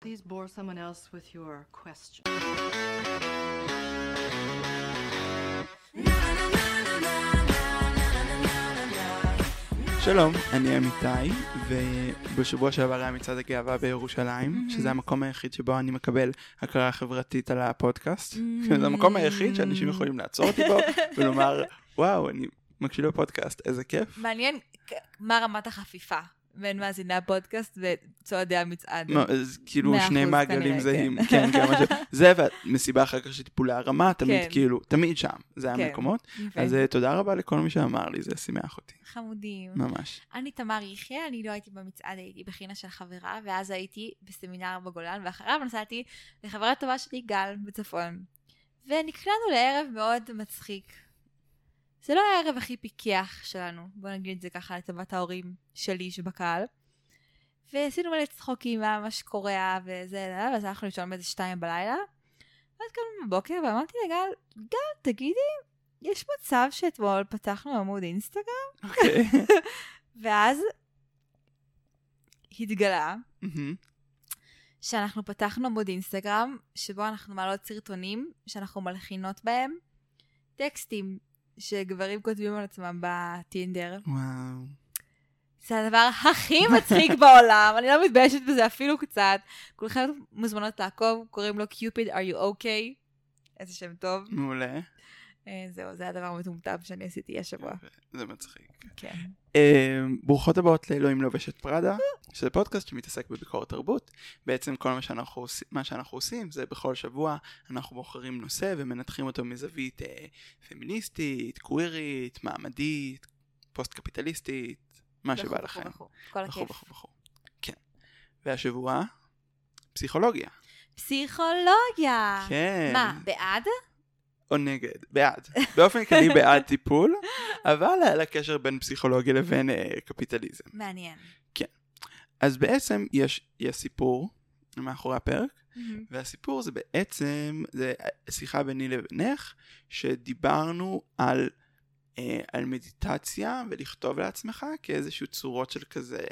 Please bore someone else with your question. שלום, אני אמיתי, ובשבוע שעבר היה מצעד הגאווה בירושלים, שזה המקום היחיד שבו אני מקבל הכרה חברתית על הפודקאסט. זה המקום היחיד שאנשים יכולים לעצור אותי בו ולומר, וואו, אני מקשיב לפודקאסט, איזה כיף. מעניין מה רמת החפיפה בין מאזיני הפודקאסט וצועדי המצעד. כאילו שני מעגלים זהים. כן, זה והמסיבה אחר כך שטיפולי הרמה, תמיד כאילו, תמיד שם, זה המקומות. אז תודה רבה לכל מי שאמר לי, זה שימח אותי. חמודים. ממש. אני תמר יחיה, אני לא הייתי במצעד, הייתי בחינה של חברה, ואז הייתי בסמינר בגולן, ואחריו נסעתי לחברה טובה שלי גל בצפון. ונקלענו לערב מאוד מצחיק. זה לא הערב הכי פיקח שלנו, בוא נגיד את זה ככה לטובת ההורים שלי שבקהל. ועשינו מלא צחוקים מה שקורה וזה, ואז הלכנו לישון באיזה 2 בלילה. ואז קמנו בבוקר ואמרתי לגל, תגידי, יש מצב שאתמול פתחנו עמוד אינסטגרם? אוקיי. ואז התגלה שאנחנו פתחנו עמוד אינסטגרם, שבו אנחנו מעלות סרטונים, שאנחנו מלחינות בהם טקסטים שגברים כותבים על עצמם בטינדר. וואו. זה הדבר הכי מצחיק בעולם, אני לא מתביישת בזה אפילו קצת. כולכם מוזמנות לעקוב, קוראים לו Cupid, are you okay? איזה שם טוב. מעולה. זהו, זה הדבר המטומטם שאני עשיתי השבוע. זה מצחיק. כן. ברוכות הבאות לאלוהים לובשת פרדה, שזה פודקאסט שמתעסק בביקורת תרבות. בעצם כל מה שאנחנו עושים זה בכל שבוע אנחנו בוחרים נושא ומנתחים אותו מזווית פמיניסטית, קווירית, מעמדית, פוסט-קפיטליסטית, מה שבא לכם. כל הכיף. כן. והשבוע, פסיכולוגיה. פסיכולוגיה. כן. מה, בעד? או נגד, בעד. באופן כללי בעד טיפול, אבל על הקשר בין פסיכולוגיה לבין קפיטליזם. מעניין. כן. אז בעצם יש סיפור מאחורי הפרק, והסיפור זה בעצם, זה שיחה ביני לבינך, שדיברנו על מדיטציה ולכתוב לעצמך כאיזשהו צורות של כזה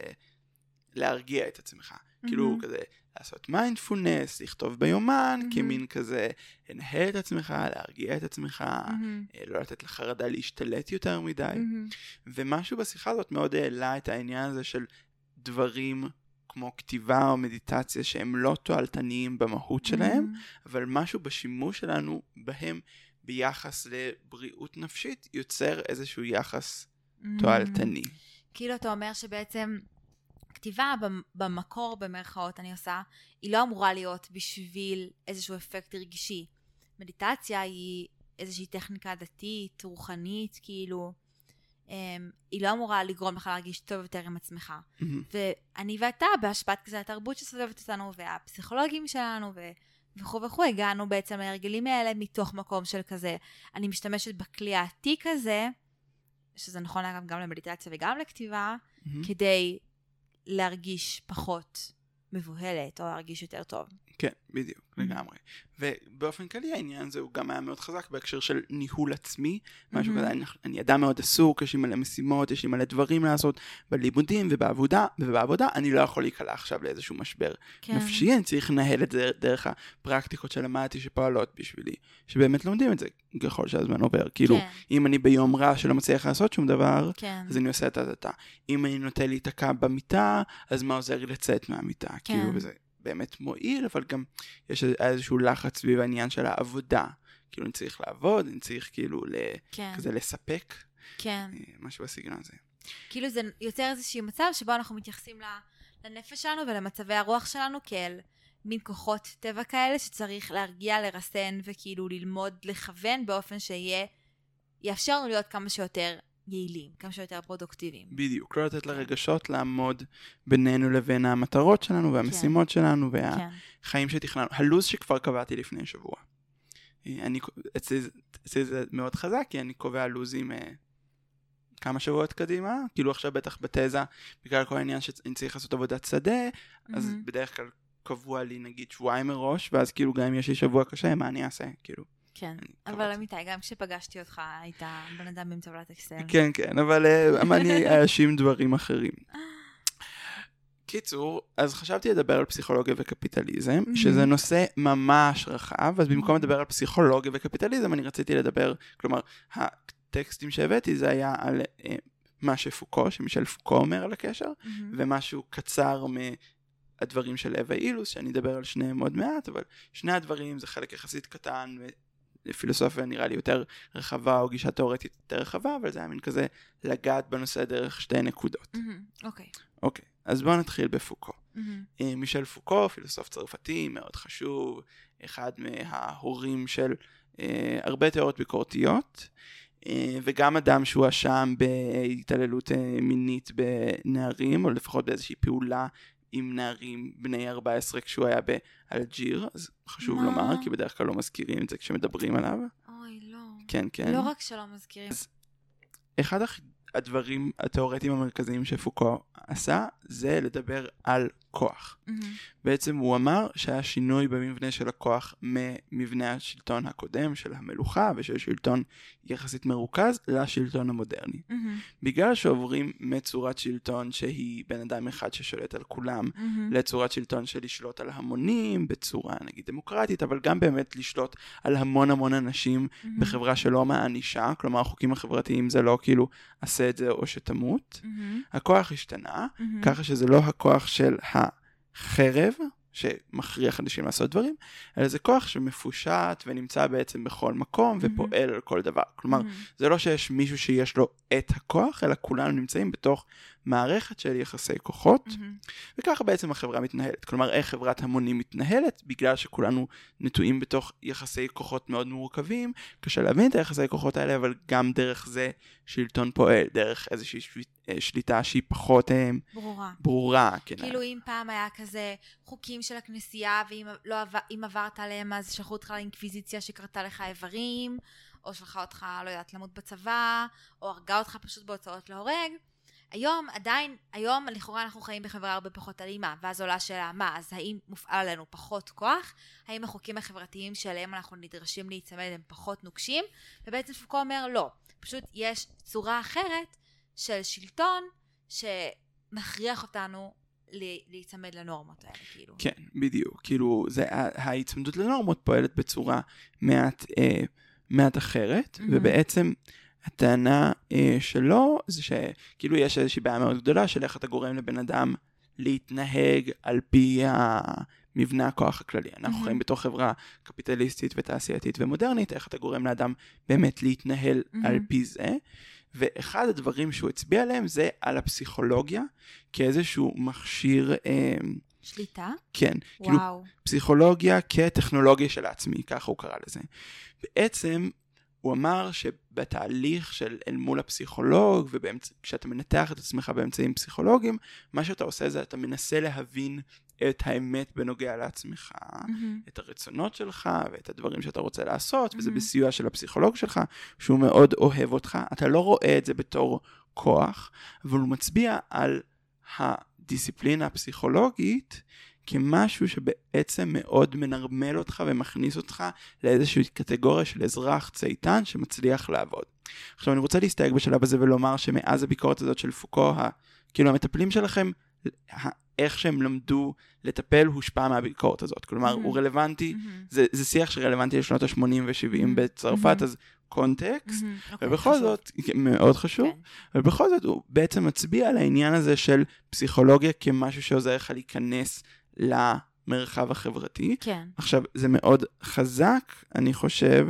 להרגיע את עצמך. כאילו כזה לעשות מיינדפולנס, לכתוב ביומן, כמין כזה לנהל את עצמך, להרגיע את עצמך, לא לתת לחרדה להשתלט יותר מדי. ומשהו בשיחה הזאת מאוד העלה את העניין הזה של דברים כמו כתיבה או מדיטציה שהם לא תועלתניים במהות שלהם, אבל משהו בשימוש שלנו בהם ביחס לבריאות נפשית יוצר איזשהו יחס תועלתני. כאילו אתה אומר שבעצם כתיבה במקור במרכאות אני עושה, היא לא אמורה להיות בשביל איזשהו אפקט רגשי. מדיטציה היא איזושהי טכניקה דתית, רוחנית, כאילו, היא לא אמורה לגרום לך להרגיש טוב יותר עם עצמך. ואני ואתה, בהשפעת כזה התרבות שסובבת אותנו, והפסיכולוגים שלנו, וכו' וכו', הגענו בעצם להרגלים האלה מתוך מקום של כזה, אני משתמשת בכלי העתיק הזה, שזה נכון גם למדיטציה וגם לכתיבה, כדי להרגיש פחות מבוהלת או להרגיש יותר טוב. כן, בדיוק, לגמרי. ובאופן כללי העניין הזה הוא גם היה מאוד חזק בהקשר של ניהול עצמי, משהו כזה, אני אדם מאוד עסוק, יש לי מלא משימות, יש לי מלא דברים לעשות בלימודים ובעבודה, אני לא יכול להיקלע עכשיו לאיזשהו משבר נפשי, אני צריך לנהל את זה דרך הפרקטיקות שלמדתי שפועלות בשבילי, שבאמת לומדים את זה ככל שהזמן עובר, כאילו, אם אני ביום רע שלא מצליח לעשות שום דבר, אז אני עושה את זה. אם אני נוטה להיתקע במיטה, אז מה עוזר לי לצאת מהמיטה, כאילו, וזה באמת מועיל, אבל גם יש איזשהו לחץ סביב העניין של העבודה. כאילו אני צריך לעבוד, אני צריך כאילו כזה לספק. כן. משהו בסגנון הזה. כאילו זה יוצר איזשהו מצב שבו אנחנו מתייחסים לנפש שלנו ולמצבי הרוח שלנו כאל מין כוחות טבע כאלה שצריך להרגיע, לרסן וכאילו ללמוד, לכוון באופן יאפשר לנו להיות כמה שיותר יעילים, כמה שיותר פרודוקטיביים. בדיוק, לא לתת לרגשות לעמוד בינינו לבין המטרות שלנו והמשימות שלנו והחיים שתכננו. הלוז שכבר קבעתי לפני שבוע. אצלי זה מאוד חזק, כי אני קובע לוזים כמה שבועות קדימה, כאילו עכשיו בטח בתזה, בגלל כל העניין שאני צריך לעשות עבודת שדה, אז בדרך כלל קבוע לי נגיד שבועיים מראש, ואז כאילו גם אם יש לי שבוע קשה, מה אני אעשה? כאילו. כן, אבל אמיתי, גם כשפגשתי אותך, היית בן אדם עם טבלת אקסל. כן, כן, אבל אני אשים דברים אחרים. קיצור, אז חשבתי לדבר על פסיכולוגיה וקפיטליזם, שזה נושא ממש רחב, אז במקום לדבר על פסיכולוגיה וקפיטליזם, אני רציתי לדבר, כלומר, הטקסטים שהבאתי זה היה על מה שפוקו, שמישל פוקו אומר על הקשר, ומשהו קצר מהדברים של אווה אילוס, שאני אדבר על שניהם עוד מעט, אבל שני הדברים זה חלק יחסית קטן, פילוסופיה נראה לי יותר רחבה, או גישה תיאורטית יותר רחבה, אבל זה היה מין כזה לגעת בנושא דרך שתי נקודות. אוקיי, אז בואו נתחיל בפוקו. מישל פוקו, פילוסוף צרפתי, מאוד חשוב, אחד מההורים של הרבה תיאוריות ביקורתיות, וגם אדם שהוא אשם בהתעללות מינית בנערים, או לפחות באיזושהי פעולה עם נערים בני 14 כשהוא היה באלג'יר, אז חשוב לומר, כי בדרך כלל לא מזכירים את זה כשמדברים עליו. אוי, לא. כן, כן. לא רק שלא מזכירים. אז אחד הדברים התיאורטיים המרכזיים שפוקו עשה, זה לדבר על כוח. בעצם הוא אמר שהיה שינוי במבנה של הכוח ממבנה השלטון הקודם, של המלוכה ושל שלטון יחסית מרוכז, לשלטון המודרני. בגלל שעוברים מצורת שלטון שהיא בן אדם אחד ששולט על כולם, לצורת שלטון של לשלוט על המונים, בצורה נגיד דמוקרטית, אבל גם באמת לשלוט על המון אנשים בחברה שלא מענישה, כלומר החוקים החברתיים זה לא כאילו עשה את זה או שתמות. הכוח השתנה, ככה שזה לא הכוח של החרב, שמכריח אנשים לעשות דברים, אלא זה כוח שמפושט ונמצא בעצם בכל מקום ופועל על כל דבר. כלומר, זה לא שיש מישהו שיש לו את הכוח, אלא כולנו נמצאים בתוך מערכת של יחסי כוחות, וככה בעצם החברה מתנהלת. כלומר, איך חברת המונים מתנהלת, בגלל שכולנו נטועים בתוך יחסי כוחות מאוד מורכבים, קשה להבין את היחסי כוחות האלה, אבל גם דרך זה שלטון פועל, דרך איזושהי שליטה שהיא פחות ברורה. כן. כאילו אם פעם היה כזה חוקים של הכנסייה, ואם עברת עליהם אז שלחו אותך לאינקוויזיציה שקרתה לך איברים, או שלחה אותך, לא יודעת, למות בצבא, או הרגה אותך פשוט בהוצאות להורג. היום לכאורה אנחנו חיים בחברה הרבה פחות אלימה, ואז עולה שאלה, מה, אז האם מופעל עלינו פחות כוח? האם החוקים החברתיים שעליהם אנחנו נדרשים להיצמד הם פחות נוקשים? ובעצם פוקו אומר, לא. פשוט יש צורה אחרת של שלטון שמכריח אותנו להיצמד לנורמות האלה, כאילו. כן, בדיוק. כאילו, ההיצמדות לנורמות פועלת בצורה מעט אחרת, ובעצם הטענה שלו זה שכאילו יש איזושהי בעיה מאוד גדולה של איך אתה גורם לבן אדם להתנהג על פי מבנה הכוח הכללי. אנחנו חיים בתוך חברה קפיטליסטית ותעשייתית ומודרנית, איך אתה גורם לאדם באמת להתנהל על פי זה. ואחד הדברים שהוא הצביע עליהם זה על הפסיכולוגיה, כאיזשהו מכשיר שליטה? כן. כאילו פסיכולוגיה כטכנולוגיה של עצמי, ככה הוא קרא לזה. בעצם הוא אמר שבתהליך של אל מול הפסיכולוג, וכשאתה מנתח את עצמך באמצעים פסיכולוגיים, מה שאתה עושה זה אתה מנסה להבין את האמת בנוגע לעצמך, את הרצונות שלך ואת הדברים שאתה רוצה לעשות, וזה בסיוע של הפסיכולוג שלך, שהוא מאוד אוהב אותך. אתה לא רואה את זה בתור כוח, אבל הוא מצביע על הדיסציפלינה הפסיכולוגית, כמשהו שבעצם מאוד מנרמל אותך ומכניס אותך לאיזושהי קטגוריה של אזרח צייתן שמצליח לעבוד. עכשיו אני רוצה להסתייג בשלב הזה ולומר שמאז הביקורת הזאת של פוקו, כאילו המטפלים שלכם, איך שהם למדו לטפל הושפע מהביקורת הזאת. כלומר, הוא רלוונטי, זה שיח שרלוונטי לשנות ה-80 ו-70 בצרפת, אז קונטקסט, ובכל זאת, מאוד חשוב, ובכל זאת הוא בעצם מצביע על העניין הזה של פסיכולוגיה כמשהו שעוזר לך להיכנס למרחב החברתי. כן. עכשיו, זה מאוד חזק, אני חושב,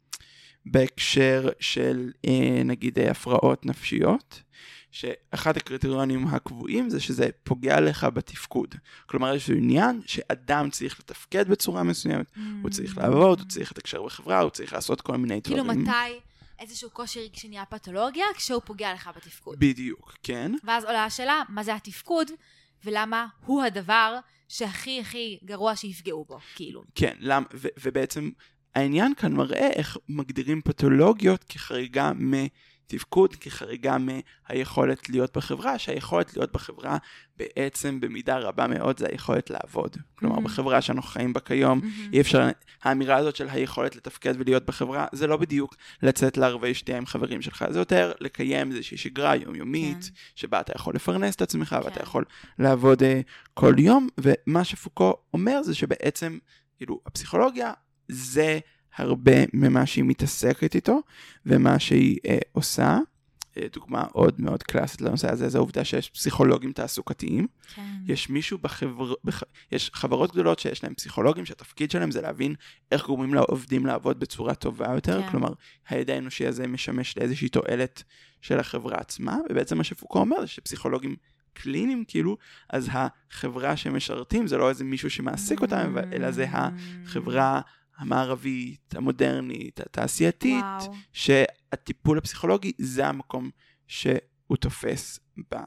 בהקשר של נגיד הפרעות נפשיות, שאחד הקריטריונים הקבועים זה שזה פוגע לך בתפקוד. כלומר, יש עניין שאדם צריך לתפקד בצורה מסוימת, הוא צריך לעבוד, הוא צריך לתקשר בחברה, הוא צריך לעשות כל מיני דברים. כאילו מתי איזשהו קושי רגשי נהיה פתולוגיה, כשהוא פוגע לך בתפקוד. בדיוק, כן. ואז עולה השאלה, מה זה התפקוד, ולמה הוא הדבר שהכי הכי גרוע שיפגעו בו, כאילו. כן, ובעצם העניין כאן מראה איך מגדירים פתולוגיות כחריגה תפקוד, כחריגה מהיכולת להיות בחברה, שהיכולת להיות בחברה בעצם במידה רבה מאוד זה היכולת לעבוד. כלומר, בחברה שאנחנו חיים בה כיום, אי אפשר, האמירה הזאת של היכולת לתפקד ולהיות בחברה, זה לא בדיוק לצאת לערבי שתייה עם חברים שלך, זה יותר לקיים איזושהי שגרה יומיומית, שבה אתה יכול לפרנס את עצמך, ואתה יכול לעבוד כל יום, ומה שפוקו אומר זה שבעצם, כאילו, הפסיכולוגיה זה הרבה ממה שהיא מתעסקת איתו, ומה שהיא עושה. דוגמה עוד מאוד קלאסית לנושא הזה, זה העובדה שיש פסיכולוגים תעסוקתיים. כן. יש מישהו יש חברות גדולות שיש להם פסיכולוגים, שהתפקיד שלהם זה להבין איך גורמים לעובדים לעבוד בצורה טובה יותר, כן. כלומר, הידע האנושי הזה משמש לאיזושהי תועלת של החברה עצמה, ובעצם מה שפוקו אומר זה שפסיכולוגים קליניים, כאילו, אז החברה שמשרתים, זה לא איזה מישהו שמעסיק אותם, אלא זה החברה המערבית, המודרנית, התעשייתית, שהטיפול הפסיכולוגי זה המקום שהוא תופס בה.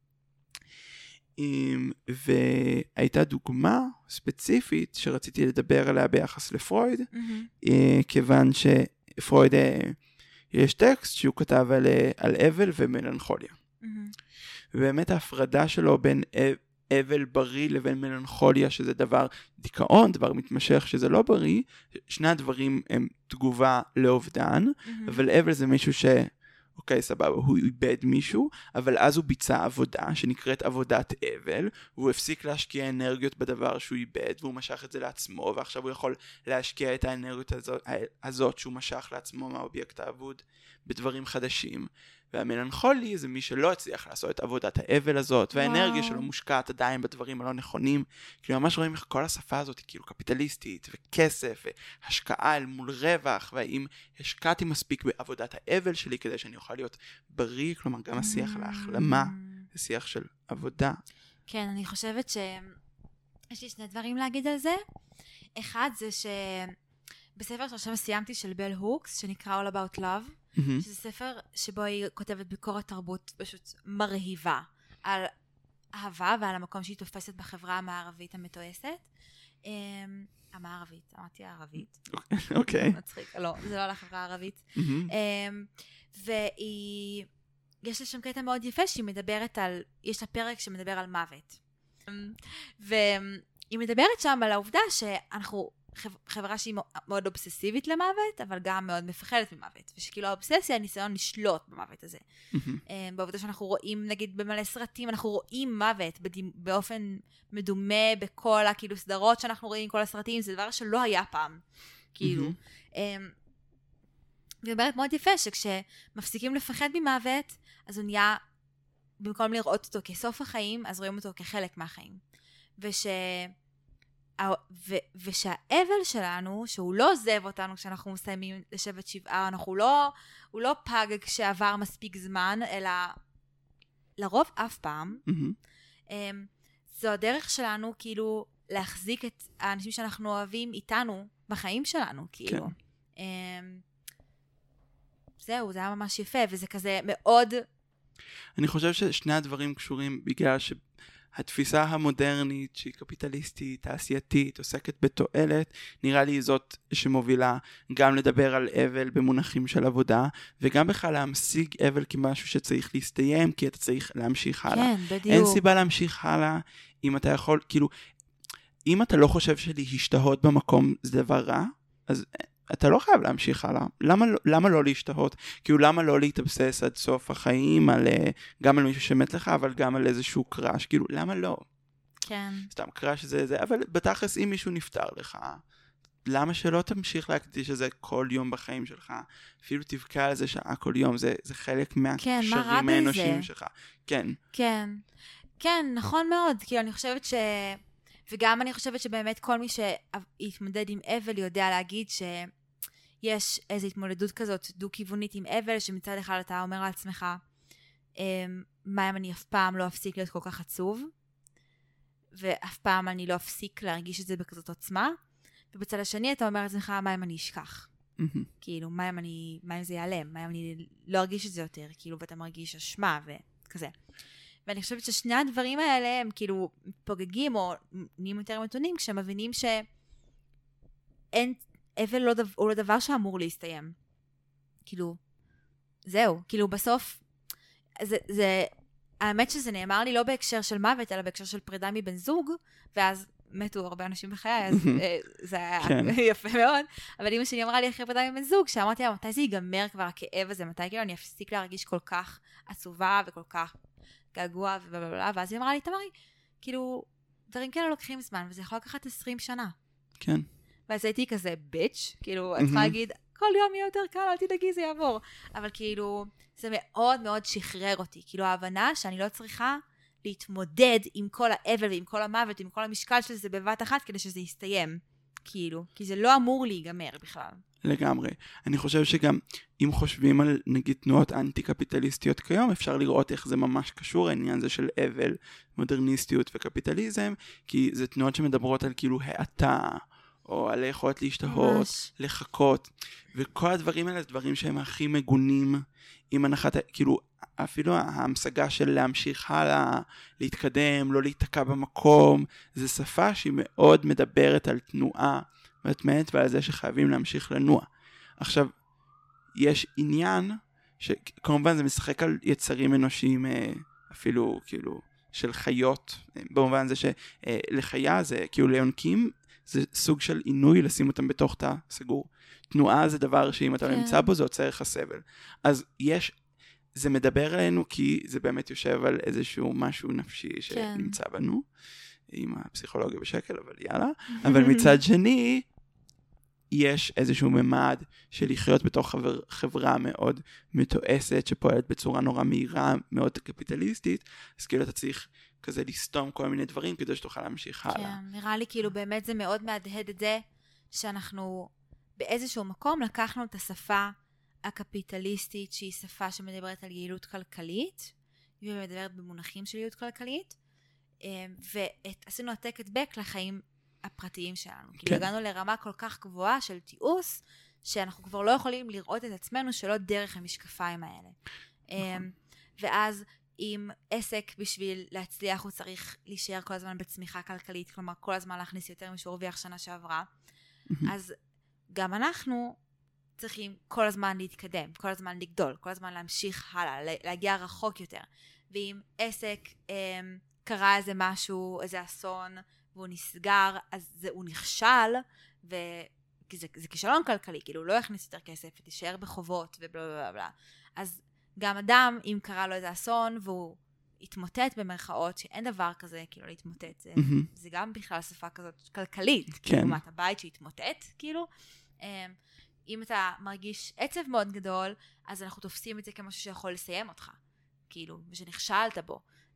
והייתה דוגמה ספציפית שרציתי לדבר עליה ביחס לפרויד, כיוון שפרויד יש טקסט שהוא כתב על אבל ומלנכוליה. ובאמת ההפרדה שלו בין אבל בריא לבין מלנכוליה, שזה דבר דיכאון, דבר מתמשך שזה לא בריא, שני הדברים הם תגובה לאובדן, אבל אבל זה מישהו אוקיי, סבבה, הוא איבד מישהו, אבל אז הוא ביצע עבודה שנקראת עבודת אבל, והוא הפסיק להשקיע אנרגיות בדבר שהוא איבד, והוא משך את זה לעצמו, ועכשיו הוא יכול להשקיע את האנרגיות הזאת שהוא משך לעצמו מהאובייקט האבוד בדברים חדשים. והמלנכולי זה מי שלא הצליח לעשות את עבודת האבל הזאת, והאנרגיה שלו מושקעת עדיין בדברים הלא נכונים, כי ממש רואים איך כל השפה הזאת היא כאילו קפיטליסטית, וכסף, והשקעה אל מול רווח, והאם השקעתי מספיק בעבודת האבל שלי, כדי שאני אוכל להיות בריא, כלומר גם השיח להחלמה, זה שיח של עבודה. כן, אני חושבת שיש לי שני דברים להגיד על זה. אחד זה שבספר שעכשיו סיימתי של בל הוקס, שנקרא All About Love, שזה ספר שבו היא כותבת ביקורת תרבות פשוט מרהיבה על אהבה ועל המקום שהיא תופסת בחברה המערבית המתועסת. המערבית, אמרתי הערבית. אוקיי. מצחיק, לא, זה לא על החברה הערבית. ויש לה שם קטע מאוד יפה שהיא מדברת על, יש לה פרק שמדבר על מוות. והיא מדברת שם על העובדה שאנחנו חברה שהיא מאוד אובססיבית למוות, אבל גם מאוד מפחדת ממוות. ושכאילו האובססיה, הניסיון לשלוט במוות הזה. בעובדה שאנחנו רואים, נגיד במלא סרטים, אנחנו רואים מוות באופן מדומה בכל הכאילו סדרות שאנחנו רואים, כל הסרטים, זה דבר שלא היה פעם. כאילו. ובאמת מאוד יפה שכשמפסיקים לפחד ממוות, אז הוא נהיה, במקום לראות אותו כסוף החיים, אז רואים אותו כחלק מהחיים. ושהאבל שלנו, שהוא לא עוזב אותנו כשאנחנו מסיימים לשבת שבעה, הוא לא פג כשעבר מספיק זמן, אלא לרוב אף פעם. זו הדרך שלנו כאילו להחזיק את האנשים שאנחנו אוהבים איתנו בחיים שלנו, כאילו. זהו, זה היה ממש יפה, וזה כזה מאוד... אני חושב ששני הדברים קשורים בגלל שהתפיסה המודרנית שהיא קפיטליסטית, תעשייתית, עוסקת בתועלת, נראה לי זאת שמובילה גם לדבר על אבל במונחים של עבודה, וגם בכלל להמשיג אבל כמשהו שצריך להסתיים, כי אתה צריך להמשיך הלאה. כן, בדיוק. אין סיבה להמשיך הלאה, אם אתה יכול, כאילו, אם אתה לא חושב שלהשתהות במקום זה דבר רע, אז אתה לא חייב להמשיך הלאה. למה לא להשתהות? כאילו, למה לא להתאבסס עד סוף החיים, גם על מישהו שמת לך, אבל גם על איזשהו קראש? כאילו, למה לא? כן. סתם קראש זה, אבל בתכלס, אם מישהו נפטר לך, למה שלא תמשיך להקדיש את זה כל יום בחיים שלך? אפילו תבכה על זה שעה כל יום, זה חלק מהקשרים האנושיים שלך. כן. כן. כן, נכון מאוד. כאילו, אני חושבת וגם אני חושבת שבאמת כל מי שיתמודד עם אבל יודע להגיד שיש איזו התמודדות כזאת דו-כיוונית עם אבל, שמצד אחד אתה אומר לעצמך, מה אם אני אף פעם לא אפסיק להיות כל כך עצוב, ואף פעם אני לא אפסיק להרגיש את זה בכזאת עוצמה, ובצד השני אתה אומר לעצמך, מה אם אני אשכח? כאילו, מה אם זה ייעלם? מה אם אני לא ארגיש את זה יותר? כאילו, ואתה מרגיש אשמה וכזה. ואני חושבת ששני הדברים האלה הם כאילו פוגגים או נהיים יותר מתונים כשהם מבינים שאין, אבל הוא לא דבר שאמור להסתיים. כאילו, זהו, כאילו בסוף, האמת שזה נאמר לי לא בהקשר של מוות, אלא בהקשר של פרידה מבן זוג, ואז מתו הרבה אנשים בחיי, אז זה היה יפה מאוד, אבל אמא שלי אמרה לי אחרי פרידה מבן זוג, שאמרתי לה, מתי זה ייגמר כבר הכאב הזה, מתי כאילו אני אפסיק להרגיש כל כך עצובה וכל כך געגוע ובלבלה, ואז היא אמרה לי, תמרי, כאילו, דברים כאלה לוקחים זמן, וזה יכול לקחת 20 שנה. כן. ואז הייתי כזה ביץ', כאילו, את צריכה להגיד, כל יום יהיה יותר קל, אל תדאגי, זה יעבור. אבל כאילו, זה מאוד מאוד שחרר אותי. כאילו, ההבנה שאני לא צריכה להתמודד עם כל האבל ועם כל המוות, עם כל המשקל של זה בבת אחת, כדי שזה יסתיים. כאילו, כי זה לא אמור להיגמר בכלל. לגמרי. אני חושב שגם אם חושבים על נגיד תנועות אנטי-קפיטליסטיות כיום, אפשר לראות איך זה ממש קשור, העניין הזה של אבל, מודרניסטיות וקפיטליזם, כי זה תנועות שמדברות על כאילו האטה, או על היכולת להשתהות, לחכות, וכל הדברים האלה, דברים שהם הכי מגונים, עם הנחת, כאילו, אפילו ההמשגה של להמשיך הלאה, להתקדם, לא להיתקע במקום, זה שפה שהיא מאוד מדברת על תנועה מתמדת, ועל זה שחייבים להמשיך לנוע. עכשיו, יש עניין, שכמובן זה משחק על יצרים אנושיים, אפילו כאילו, של חיות, במובן זה שלחיה זה כאילו ליונקים, זה סוג של עינוי לשים אותם בתוך תא סגור. תנועה זה דבר שאם אתה נמצא בו, זה עוצר לך סבל. אז זה מדבר עלינו כי זה באמת יושב על איזשהו משהו נפשי שנמצא בנו, עם הפסיכולוגיה בשקל, אבל יאללה. אבל מצד שני, יש איזשהו ממד של לחיות בתוך חברה מאוד מתועסת, שפועלת בצורה נורא מהירה, מאוד קפיטליסטית, אז כאילו אתה צריך כזה לסתום כל מיני דברים כדי שתוכל להמשיך הלאה. כן, נראה לי כאילו באמת זה מאוד מהדהד את זה, שאנחנו באיזשהו מקום לקחנו את השפה הקפיטליסטית, שהיא שפה שמדברת על יעילות כלכלית, ומדברת במונחים של יעילות כלכלית, ועשינו העתק הדבק לחיים הפרטיים שלנו. כאילו הגענו לרמה כל כך גבוהה של תיעוש, שאנחנו כבר לא יכולים לראות את עצמנו שלא דרך המשקפיים האלה. ואז עם עסק בשביל להצליח הוא צריך להישאר כל הזמן בצמיחה כלכלית, כלומר כל הזמן להכניס יותר משהו הרוויח שנה שעברה. אז גם אנחנו צריכים כל הזמן להתקדם, כל הזמן לגדול, כל הזמן להמשיך הלאה, להגיע רחוק יותר. ואם עסק קרה איזה משהו, איזה אסון, והוא נסגר, אז הוא נכשל, כי זה כישלון כלכלי, כאילו הוא לא יכניס יותר כסף, ותישאר בחובות ובלה בלה בלה. אז גם אדם, אם קרה לו איזה אסון, והוא התמוטט במרכאות, שאין דבר כזה, כאילו להתמוטט, זה גם בכלל שפה כזאת כלכלית, כאילו מה, הבית שהתמוטט, כאילו, אם אתה מרגיש עצב מאוד גדול, אז אנחנו תופסים את זה כמשהו שיכול לסיים אותך, כאילו, ושנכשלת בו.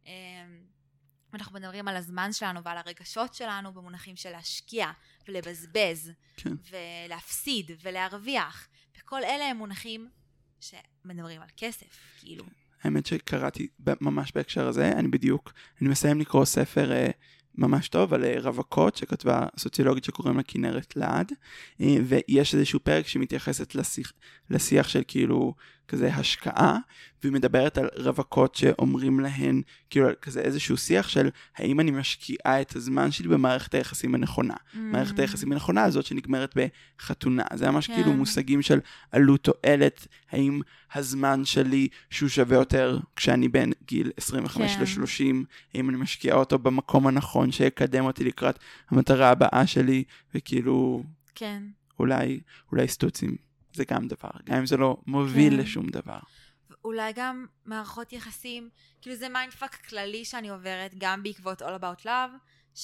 אנחנו מדברים על הזמן שלנו ועל הרגשות שלנו במונחים של להשקיע ולבזבז, ולהפסיד ולהרוויח, וכל אלה הם מונחים שמדברים על כסף, כאילו. האמת שקראתי ממש בהקשר הזה, אני מסיים לקרוא ספר ממש טוב על רווקות שכתבה סוציולוגית שקוראים לה כנרת לעד, ויש איזשהו פרק שמתייחסת לשיח של כאילו כזה השקעה, והיא מדברת על רווקות שאומרים להן כאילו כזה איזשהו שיח של האם אני משקיעה את הזמן שלי במערכת היחסים הנכונה. מערכת היחסים הנכונה הזאת שנגמרת בחתונה. זה ממש כאילו מושגים של עלות תועלת, האם הזמן שלי שהוא שווה יותר כשאני בין גיל 25 ל-30, האם אני משקיעה אותו במקום הנכון שיקדם אותי לקראת המטרה הבאה שלי, וכאילו אולי סטוצים. זה גם דבר, גם אם זה לא מוביל לשום דבר. אולי גם מערכות יחסים, כאילו זה מיינדפאק כללי שאני עוברת, גם בעקבות All About Love,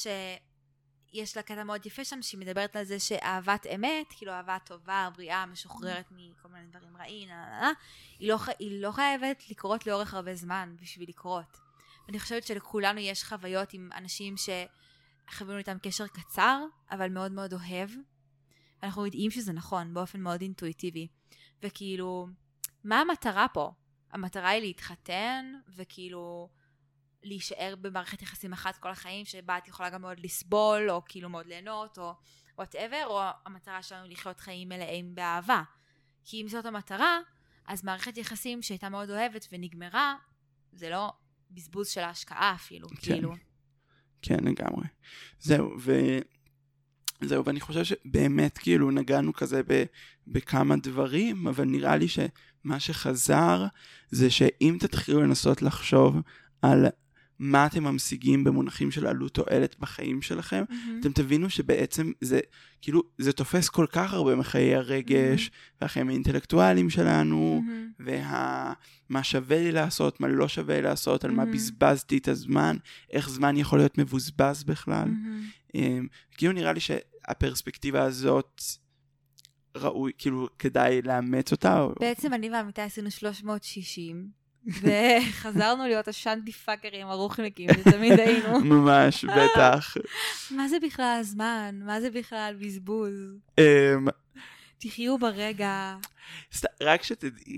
שיש לה קטע מאוד יפה שם, שהיא מדברת על זה שאהבת אמת, כאילו אהבה טובה, בריאה, משוחררת מכל מיני דברים רעים, היא לא חייבת לקרות לאורך הרבה זמן בשביל לקרות. אני חושבת שלכולנו יש חוויות עם אנשים שחווינו איתם קשר קצר, אבל מאוד מאוד אוהב, אנחנו יודעים שזה נכון, באופן מאוד אינטואיטיבי. וכאילו, מה המטרה פה? המטרה היא להתחתן, וכאילו, להישאר במערכת יחסים אחת כל החיים, שבה את יכולה גם מאוד לסבול, או כאילו מאוד ליהנות, או whatever, או המטרה שלנו לחיות חיים מלאים באהבה. כי אם זאת המטרה, אז מערכת יחסים שהייתה מאוד אוהבת ונגמרה, זה לא בזבוז של ההשקעה אפילו, כאילו. כן, לגמרי. זהו, זהו, ואני חושב שבאמת כאילו נגענו כזה בכמה דברים, אבל נראה לי שמה שחזר זה שאם תתחילו לנסות לחשוב על מה אתם ממשיגים במונחים של עלות תועלת בחיים שלכם, אתם תבינו שבעצם זה, כאילו, זה תופס כל כך הרבה מחיי הרגש, והחיים האינטלקטואליים שלנו, ומה שווה לי לעשות, מה לא שווה לי לעשות, על מה בזבזתי את הזמן, איך זמן יכול להיות מבוזבז בכלל. כאילו נראה לי שהפרספקטיבה הזאת ראוי, כאילו כדאי לאמץ אותה. בעצם אני והמיטה עשינו 360, וחזרנו להיות השנטי פאקרים הרוחניקים, שתמיד היינו. ממש, בטח. מה זה בכלל הזמן? מה זה בכלל בזבוז? תחיו ברגע. רק שתדעי,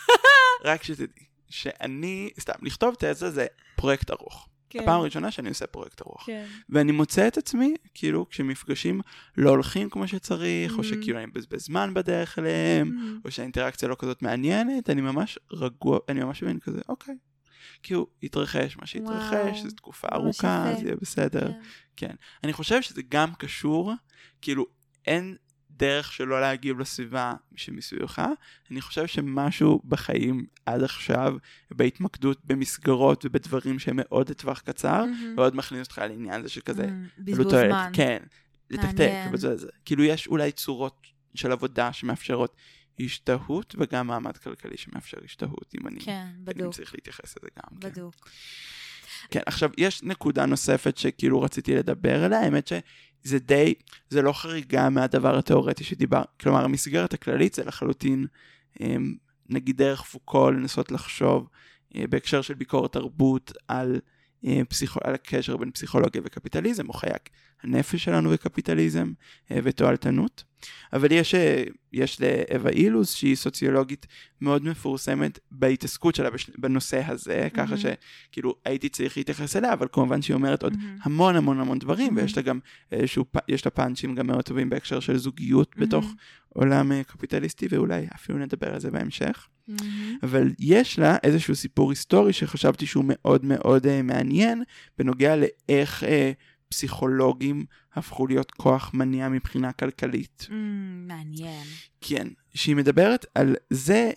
שאני, סתם, לכתוב תזה זה פרויקט ארוך. הפעם הראשונה שאני עושה פרויקט ארוך. ואני מוצא את עצמי, כאילו, כשמפגשים לא הולכים כמו שצריך, או שכאילו אני מבזבז זמן בדרך אליהם, או שהאינטראקציה לא כזאת מעניינת, אני ממש רגוע, אני ממש מבין כזה, אוקיי. כאילו, יתרחש מה שיתרחש, זו תקופה ארוכה, זה יהיה בסדר. כן. אני חושב שזה גם קשור, כאילו, אין דרך שלא להגיב לסביבה שמסביבך. אני חושב שמשהו בחיים עד עכשיו, בהתמקדות במסגרות ובדברים שהם מאוד לטווח קצר, ועוד מכניס אותך לעניין הזה שכזה, בזבוז זמן. כן, לתקתק, כאילו יש אולי צורות של עבודה שמאפשרות השתהות, וגם מעמד כלכלי שמאפשר השתהות, אם אני צריך להתייחס לזה גם. בדוק. כן, עכשיו יש נקודה נוספת שכאילו רציתי לדבר עליה, האמת שזה די, זה לא חריגה מהדבר התיאורטי שדיבר, כלומר המסגרת הכללית זה לחלוטין, נגיד דרך פוקו לנסות לחשוב בהקשר של ביקורת תרבות על הקשר בין פסיכולוגיה וקפיטליזם, או חיי הנפש שלנו וקפיטליזם ותועלתנות. אבל יש לאווה אילוז שהיא סוציולוגית מאוד מפורסמת בהתעסקות שלה בנושא הזה, ככה שכאילו הייתי צריך להתייחס אליה, אבל כמובן שהיא אומרת עוד המון המון המון דברים, ויש לה גם יש לה פאנצ'ים גם מאוד טובים בהקשר של זוגיות בתוך עולם קפיטליסטי, ואולי אפילו נדבר על זה בהמשך. אבל יש לה איזשהו סיפור היסטורי שחשבתי שהוא מאוד מאוד מעניין, בנוגע לאיך פסיכולוגים הפכו להיות כוח מניע מבחינה כלכלית. מעניין. כן, שהיא מדברת על זה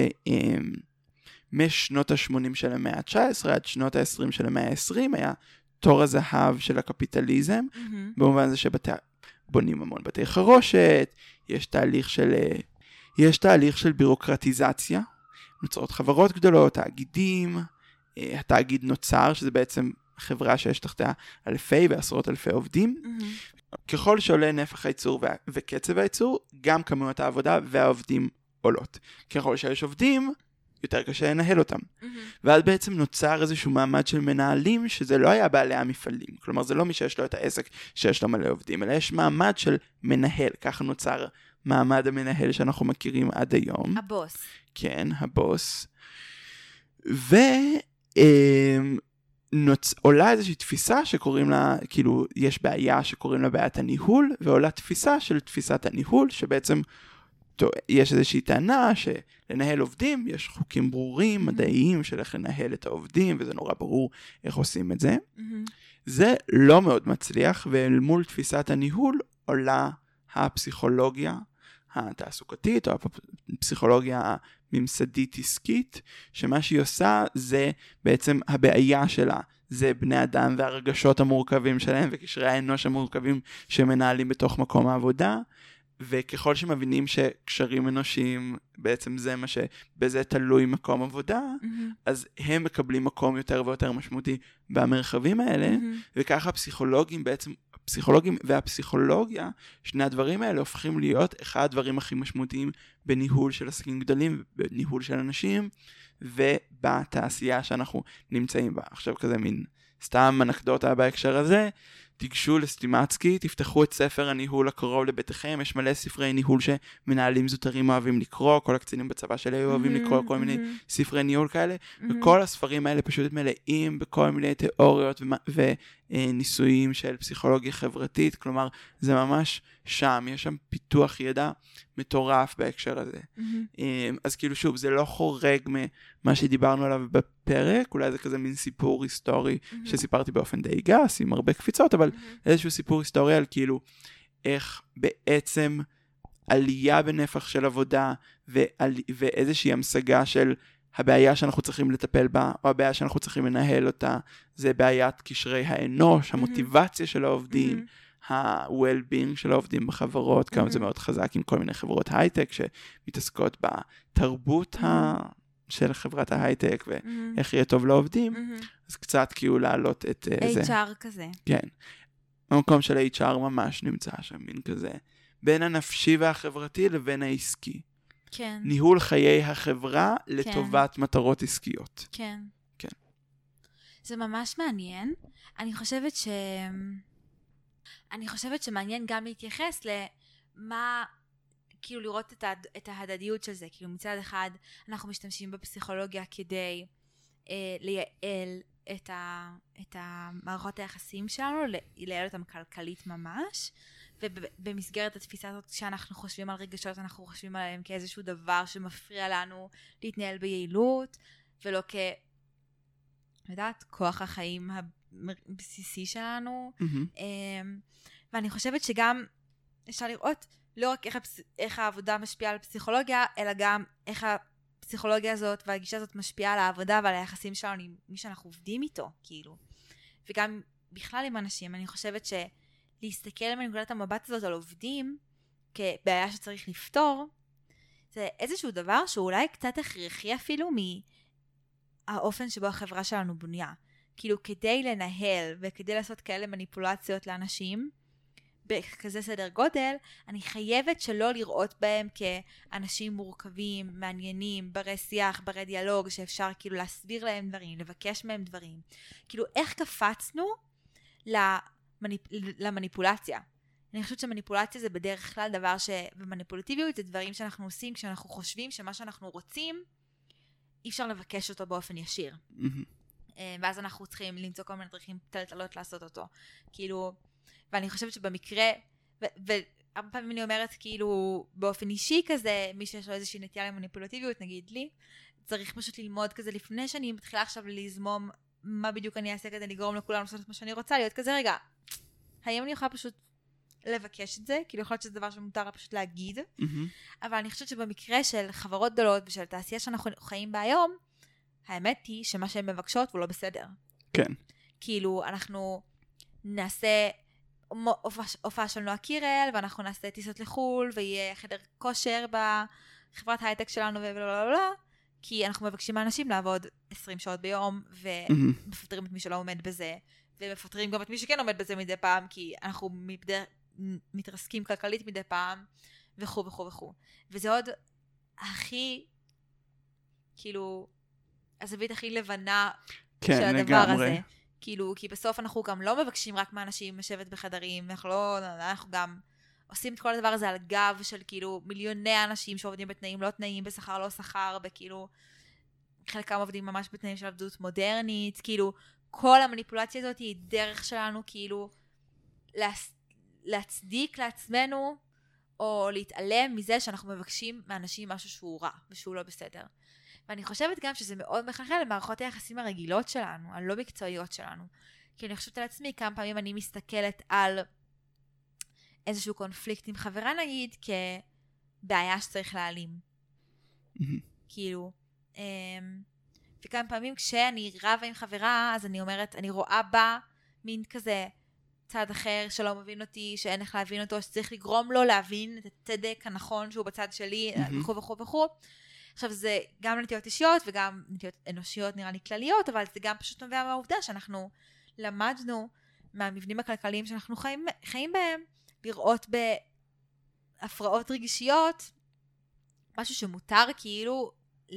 משנות ה-80 של המאה ה-19 עד שנות ה-20 של המאה ה-20 היה תור הזהב של הקפיטליזם, במובן זה שבונים המון בתי חרושת, יש תהליך של בירוקרטיזציה, נוצרות חברות גדולות, תאגידים, התאגיד נוצר, שזה בעצם חברה שיש תחתיה אלפי ועשרות אלפי עובדים. ככל שעולה נפח הייצור וקצב הייצור, גם כמויות העבודה והעובדים עולות. ככל שיש עובדים, יותר קשה לנהל אותם. ואז בעצם נוצר איזשהו מעמד של מנהלים, שזה לא היה בעלי המפעלים. כלומר, זה לא מי שיש לו את העסק שיש לו מלא עובדים, אלא יש מעמד של מנהל. ככה נוצר מעמד המנהל שאנחנו מכירים עד היום. הבוס. כן, הבוס. עולה איזושהי תפיסה שקוראים לה, כאילו, יש בעיה שקוראים לה בעיית הניהול, ועולה תפיסה של תפיסת הניהול, שבעצם יש איזושהי טענה שלנהל עובדים, יש חוקים ברורים, מדעיים, של איך לנהל את העובדים, וזה נורא ברור איך עושים את זה. זה לא מאוד מצליח, ואל מול תפיסת הניהול עולה הפסיכולוגיה התעסוקתית, או הפסיכולוגיה הממסדית עסקית, שמה שהיא עושה זה בעצם הבעיה שלה, זה בני אדם והרגשות המורכבים שלהם, וקשרי האנוש המורכבים שמנהלים בתוך מקום העבודה, וככל שמבינים שקשרים אנושיים, בעצם זה מה שבזה תלוי מקום עבודה, אז הם מקבלים מקום יותר ויותר משמעותי במרחבים האלה, וככה הפסיכולוגים בעצם, הפסיכולוגים והפסיכולוגיה, שני הדברים האלה הופכים להיות אחד הדברים הכי משמעותיים בניהול של עסקים גדולים, בניהול של אנשים, ובתעשייה שאנחנו נמצאים בה. עכשיו כזה מין סתם אנקדוטה בהקשר הזה, תיגשו לסטימצקי, תפתחו את ספר הניהול הקרוב לביתכם, יש מלא ספרי ניהול שמנהלים זוטרים אוהבים לקרוא, כל הקצינים בצבא שלי אוהבים לקרוא כל מיני ספרי ניהול כאלה, וכל הספרים האלה פשוט מלאים בכל מיני תיאוריות וניסויים של פסיכולוגיה חברתית, כלומר זה ממש שם, יש שם פיתוח ידע מטורף בהקשר הזה. אז כאילו שוב, זה לא חורג ממה שדיברנו עליו בפרק, אולי זה כזה מין סיפור היסטורי שסיפרתי באופן די גס, עם הרבה קפיצות, אבל איזשהו סיפור היסטורי על כאילו איך בעצם עלייה בנפח של עבודה ואיזושהי המשגה של הבעיה שאנחנו צריכים לטפל בה, או הבעיה שאנחנו צריכים לנהל אותה, זה בעיית קשרי האנוש, המוטיבציה של העובדים, ה-well-being של העובדים בחברות, כמה זה מאוד חזק עם כל מיני חברות הייטק שמתעסקות בתרבות של חברת ההייטק, ואיך יהיה טוב לעובדים, אז קצת כאילו להעלות את זה. HR כזה. כן. המקום של HR ממש נמצא שם, מין כזה, בין הנפשי והחברתי לבין העסקי. כן. ניהול חיי החברה לטובת מטרות עסקיות. כן. כן. זה ממש מעניין. אני חושבת שמעניין גם להתייחס למה, כאילו לראות את ההדדיות של זה. כאילו מצד אחד אנחנו משתמשים בפסיכולוגיה כדי לייעל את המערכות היחסים שלנו, לייעל אותם כלכלית ממש, ובמסגרת התפיסה הזאת שאנחנו חושבים על רגשות, אנחנו חושבים עליהם כאיזשהו דבר שמפריע לנו להתנהל ביעילות, ולא כוח החיים הבסיסי שלנו. ואני חושבת שגם אפשר לראות לא רק איך העבודה משפיעה על פסיכולוגיה, אלא גם איך הפסיכולוגיה הזאת והגישה הזאת משפיעה על העבודה ועל היחסים שלנו עם מי שאנחנו עובדים איתו, כאילו. וגם בכלל עם אנשים, אני חושבת להסתכל מנקודת המבט הזאת על עובדים כבעיה שצריך לפתור, זה איזשהו דבר שאולי קצת הכרחי אפילו מהאופן שבו החברה שלנו בנויה. כאילו כדי לנהל וכדי לעשות כאלה מניפולציות לאנשים, בכזה סדר גודל, אני חייבת שלא לראות בהם כאנשים מורכבים, מעניינים, ברי שיח, ברי דיאלוג, שאפשר כאילו להסביר להם דברים, לבקש מהם דברים. כאילו איך קפצנו למניפולציה. אני חושבת שמניפולציה זה בדרך כלל דבר ומניפולטיביות זה דברים שאנחנו עושים כשאנחנו חושבים שמה שאנחנו רוצים אי אפשר לבקש אותו באופן ישיר. ואז אנחנו צריכים למצוא כל מיני דרכים טלטלות לעשות אותו. כאילו, ואני חושבת שבמקרה, והרבה פעמים אני אומרת כאילו באופן אישי כזה, מי שיש לו איזושהי נטייה למניפולטיביות, נגיד לי, צריך פשוט ללמוד כזה לפני שאני מתחילה עכשיו לזמום מה בדיוק אני אעשה כדי לגרום לכולם לעשות את מה שאני רוצה, להיות כזה רגע, האם אני יכולה פשוט לבקש את זה? כאילו יכול להיות שזה דבר שמותר פשוט להגיד, אבל אני חושבת שבמקרה של חברות גדולות ושל תעשייה שאנחנו חיים בה היום, האמת היא שמה שהן מבקשות הוא לא בסדר. כן. כאילו אנחנו נעשה הופעה של נועה קירל, ואנחנו נעשה טיסות לחול, ויהיה חדר כושר בחברת הייטק שלנו ובלבלבלה, כי אנחנו מבקשים מאנשים לעבוד 20 שעות ביום, ומפטרים את מי שלא עומד בזה, ומפטרים גם את מי שכן עומד בזה מדי פעם, כי אנחנו מתרסקים כלכלית מדי פעם, וכו' וכו' וכו'. וזה עוד הכי, כאילו, הזווית הכי לבנה של הדבר הזה. כאילו, כי בסוף אנחנו גם לא מבקשים רק מאנשים לשבת בחדרים, אנחנו גם עושים את כל הדבר הזה על גב של כאילו מיליוני אנשים שעובדים בתנאים לא תנאים, בשכר לא שכר, וכאילו חלקם עובדים ממש בתנאים של עבדות מודרנית, כאילו כל המניפולציה הזאת היא דרך שלנו כאילו להצדיק לעצמנו או להתעלם מזה שאנחנו מבקשים מאנשים משהו שהוא רע ושהוא לא בסדר. ואני חושבת גם שזה מאוד מחלחל למערכות היחסים הרגילות שלנו, הלא מקצועיות שלנו. כי אני חושבת על עצמי, כמה פעמים אני מסתכלת על איזשהו קונפליקט עם חברה נגיד, כבעיה שצריך להעלים. כאילו, וכמה פעמים כשאני רבה עם חברה, אז אני אומרת, אני רואה בה מין כזה צד אחר שלא מבין אותי, שאין איך להבין אותו, שצריך לגרום לו להבין את הצדק הנכון שהוא בצד שלי, וכו' וכו' וכו'. עכשיו זה גם נטיות אישיות וגם נטיות אנושיות נראה לי כלליות, אבל זה גם פשוט נובע מהעובדה שאנחנו למדנו מהמבנים הכלכליים שאנחנו חיים בהם, לראות בהפרעות רגשיות, משהו שמותר כאילו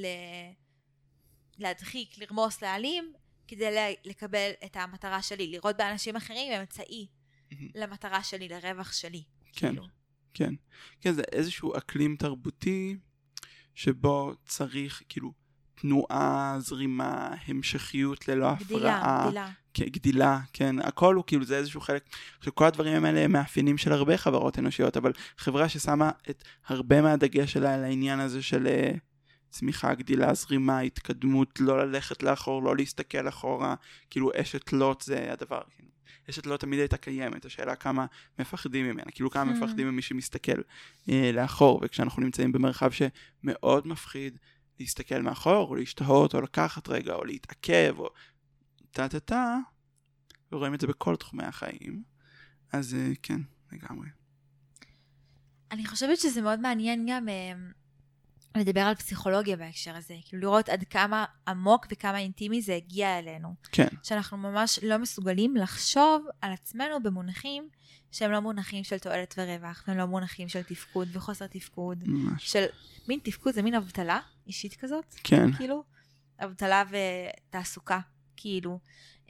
להדחיק, לרמוס, להעלים, כדי לקבל את המטרה שלי, לראות באנשים אחרים אמצעי למטרה שלי, לרווח שלי. כן, כאילו. כן. כן, זה איזשהו אקלים תרבותי, שבו צריך כאילו תנועה, זרימה, המשכיות ללא הפרעה. גדילה, כן. הכל הוא כאילו זה איזשהו חלק, שכל הדברים האלה הם מאפיינים של הרבה חברות אנושיות, אבל חברה ששמה את הרבה מהדגש שלה על העניין הזה של צמיחה, גדילה, זרימה, התקדמות, לא ללכת לאחור, לא להסתכל אחורה, כאילו אשת לוט זה הדבר. אשת לא תמיד הייתה קיימת, השאלה כמה מפחדים ממנה, כאילו כמה מפחדים ממי שמסתכל לאחור, וכשאנחנו נמצאים במרחב שמאוד מפחיד להסתכל מאחור, או להשתהות, או לקחת רגע, או להתעכב, או טה, ורואים את זה בכל תחומי החיים, אז כן, לגמרי. אני חושבת שזה מאוד מעניין גם לדבר על פסיכולוגיה בהקשר הזה, כאילו לראות עד כמה עמוק וכמה אינטימי זה הגיע אלינו. כן. שאנחנו ממש לא מסוגלים לחשוב על עצמנו במונחים שהם לא מונחים של תועלת ורווח, והם לא מונחים של תפקוד וחוסר תפקוד. ממש. של מין תפקוד, זה מין אבטלה אישית כזאת. כן. כאילו, אבטלה ותעסוקה, כאילו.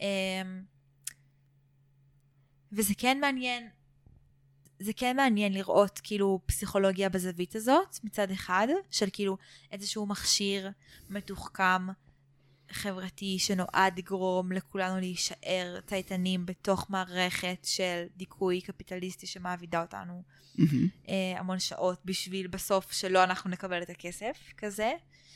וזה כן מעניין, זה כן מעניין לראות כאילו פסיכולוגיה בזווית הזאת, מצד אחד, של כאילו איזשהו מכשיר מתוחכם חברתי שנועד לגרום לכולנו להישאר טייטנים בתוך מערכת של דיכוי קפיטליסטי שמעבידה אותנו המון שעות בשביל בסוף שלא אנחנו נקבל את הכסף כזה.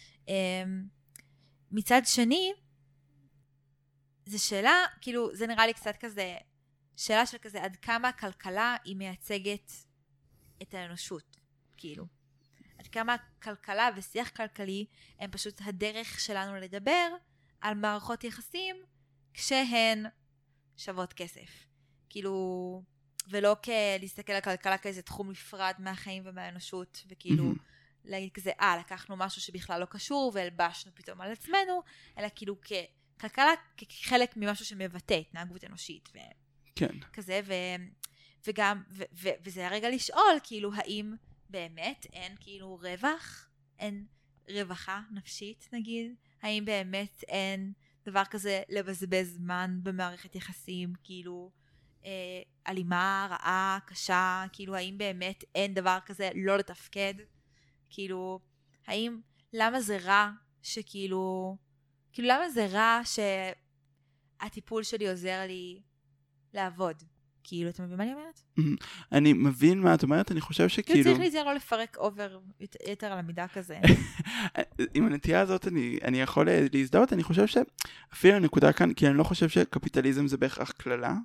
מצד שני, זו שאלה, כאילו זה נראה לי קצת כזה, שאלה של כזה עד כמה הכלכלה היא מייצגת את האנושות, כאילו. עד כמה הכלכלה ושיח כלכלי הם פשוט הדרך שלנו לדבר על מערכות יחסים כשהן שוות כסף. כאילו, ולא להסתכל על כלכלה כאיזה תחום נפרד מהחיים ומהאנושות, וכאילו להגיד כזה, לקחנו משהו שבכלל לא קשור והלבשנו פתאום על עצמנו, אלא כאילו כלכלה כחלק ממשהו שמבטא התנהגות אנושית כן. כזה, וגם, וזה הרגע לשאול, כאילו, האם באמת אין כאילו רווח, אין רווחה נפשית נגיד, האם באמת אין דבר כזה לבזבז זמן במערכת יחסים, כאילו, אלימה, רעה, קשה, כאילו, האם באמת אין דבר כזה לא לתפקד, כאילו, האם, למה זה רע שכאילו, כאילו, למה זה רע שהטיפול שלי עוזר לי לעבוד? כאילו, אתה מבין מה אני אומרת? אני מבין מה את אומרת, אני חושב שכאילו... צריך להיזהר לא לפרק אובר יותר על המידה כזה. עם הנטייה הזאת אני יכול להזדהות, אני חושב שאפילו הנקודה כאן, כי אני לא חושב שקפיטליזם זה בהכרח כללה.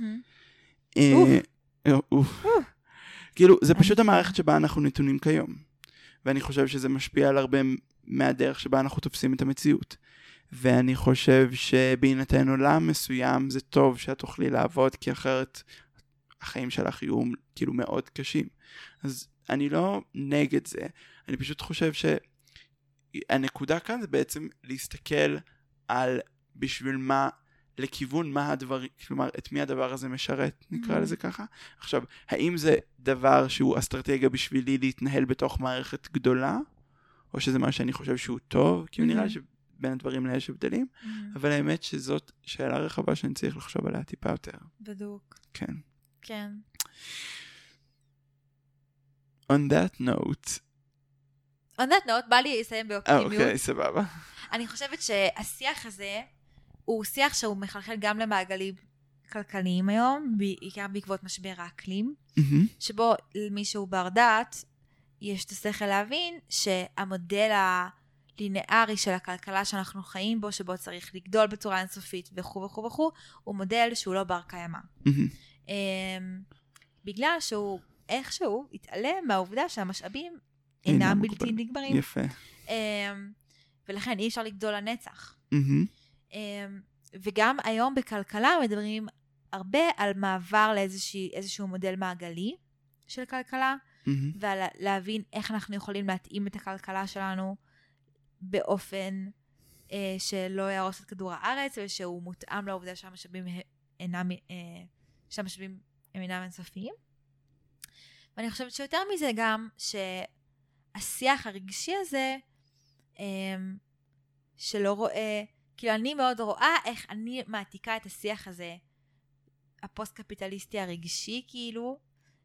כאילו, זה פשוט המערכת שבה אנחנו נתונים כיום. ואני חושב שזה משפיע על הרבה מהדרך שבה אנחנו תופסים את המציאות. ואני חושב שבהינתן עולם מסוים זה טוב שאת תוכלי לעבוד, כי אחרת החיים שלך יהיו כאילו מאוד קשים. אז אני לא נגד זה, אני פשוט חושב שהנקודה כאן זה בעצם להסתכל על בשביל מה, לכיוון מה הדבר, כלומר את מי הדבר הזה משרת, נקרא לזה ככה. עכשיו, האם זה דבר שהוא אסטרטגיה בשבילי להתנהל בתוך מערכת גדולה, או שזה מה שאני חושב שהוא טוב, כי הוא נראה לי בין הדברים יש הבדלים, אבל האמת שזאת שאלה רחבה שאני צריך לחשוב עליה טיפה יותר. בדוק. כן. כן. On that note, בא לי לסיים באופטימיות. אוקיי, סבבה. אני חושבת שהשיח הזה הוא שיח שהוא מחלחל גם למעגלים כלכליים היום, בעיקר בעקבות משבר האקלים, שבו למישהו בר דעת יש את השכל להבין שהמודל לינארי של הכלכלה שאנחנו חיים בו, שבו צריך לגדול בצורה אינסופית וכו' וכו' וכו', הוא מודל שהוא לא בר קיימא. בגלל שהוא איכשהו התעלם מהעובדה שהמשאבים אינם בלתי נגמרים. יפה. ולכן אי אפשר לגדול לנצח. וגם היום בכלכלה מדברים הרבה על מעבר לאיזשהו מודל מעגלי של כלכלה, ועל להבין איך אנחנו יכולים להתאים את הכלכלה שלנו באופן שלא יהרוס את כדור הארץ, ושהוא מותאם לעובדה שהמשאבים אינם אינסופיים. ואני חושבת שיותר מזה גם שהשיח הרגשי הזה שלא רואה, כאילו אני מאוד רואה איך אני מעתיקה את השיח הזה, הפוסט-קפיטליסטי הרגשי כאילו,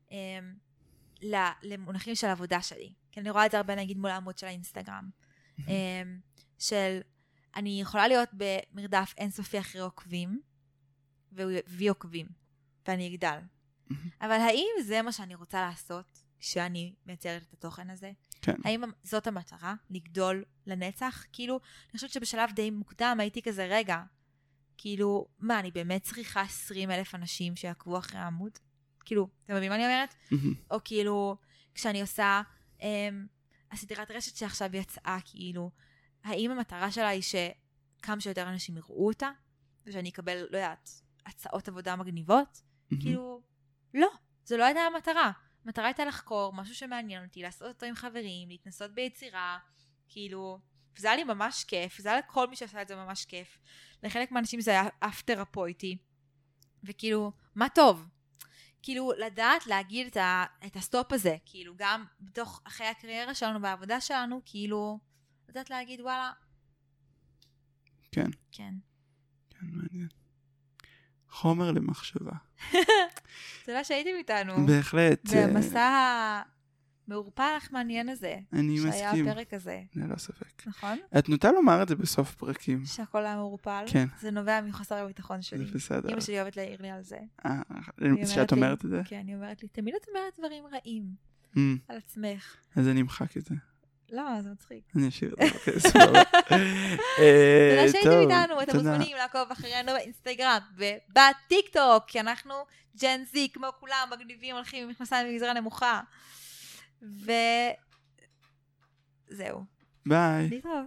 למונחים של העבודה שלי. כי אני רואה את זה הרבה נגיד מול העמוד של האינסטגרם. של אני יכולה להיות במרדף אינסופי אחרי עוקבים, והביא עוקבים, ואני אגדל. אבל האם זה מה שאני רוצה לעשות כשאני מייצרת את התוכן הזה? כן. האם זאת המטרה? לגדול לנצח? כאילו, אני חושבת שבשלב די מוקדם הייתי כזה, רגע, כאילו, מה, אני באמת צריכה 20,000 אנשים שיעקבו אחרי העמוד? כאילו, אתם מבינים מה אני אומרת? או כאילו, כשאני עושה הסדרת רשת שעכשיו יצאה, כאילו, האם המטרה שלה היא שכמה שיותר אנשים יראו אותה, ושאני אקבל, לא יודעת, הצעות עבודה מגניבות? כאילו, לא, זו לא הייתה המטרה. המטרה הייתה לחקור משהו שמעניין אותי, לעשות אותו עם חברים, להתנסות ביצירה, כאילו, וזה היה לי ממש כיף, זה היה לכל מי שעשה את זה ממש כיף. לחלק מהאנשים זה היה אף תרפויטי, וכאילו, מה טוב? כאילו, לדעת להגיד את הסטופ הזה, כאילו, גם בתוך אחרי הקריירה שלנו, בעבודה שלנו, כאילו, לדעת להגיד, וואלה. כן. כן. כן, מעניין. חומר למחשבה. תודה שהייתם איתנו. בהחלט. במסע המעורפל מעניין הזה. אני מסכים. שהיה הפרק הזה. ללא ספק. נכון? את נוטה לומר את זה בסוף פרקים. שהכל היה מעורפל? כן. זה נובע מחוסר הביטחון שלי. זה בסדר. אמא שלי אוהבת להעיר לי על זה. שאת אומרת את זה? כן, היא אומרת לי, תמיד את אומרת דברים רעים על עצמך. אז אני אמחק את זה. לא, זה מצחיק. אני אשאיר את זה. סבבה. תודה שהייתם איתנו, אתם מוזמנים לעקוב אחרינו באינסטגרם ובטיק טוק, כי אנחנו ג'ן זי, כמו כולם, מגניבים, הולכים עם מכנסיים בגזרה נמוכה. וזהו. ביי. להתראות.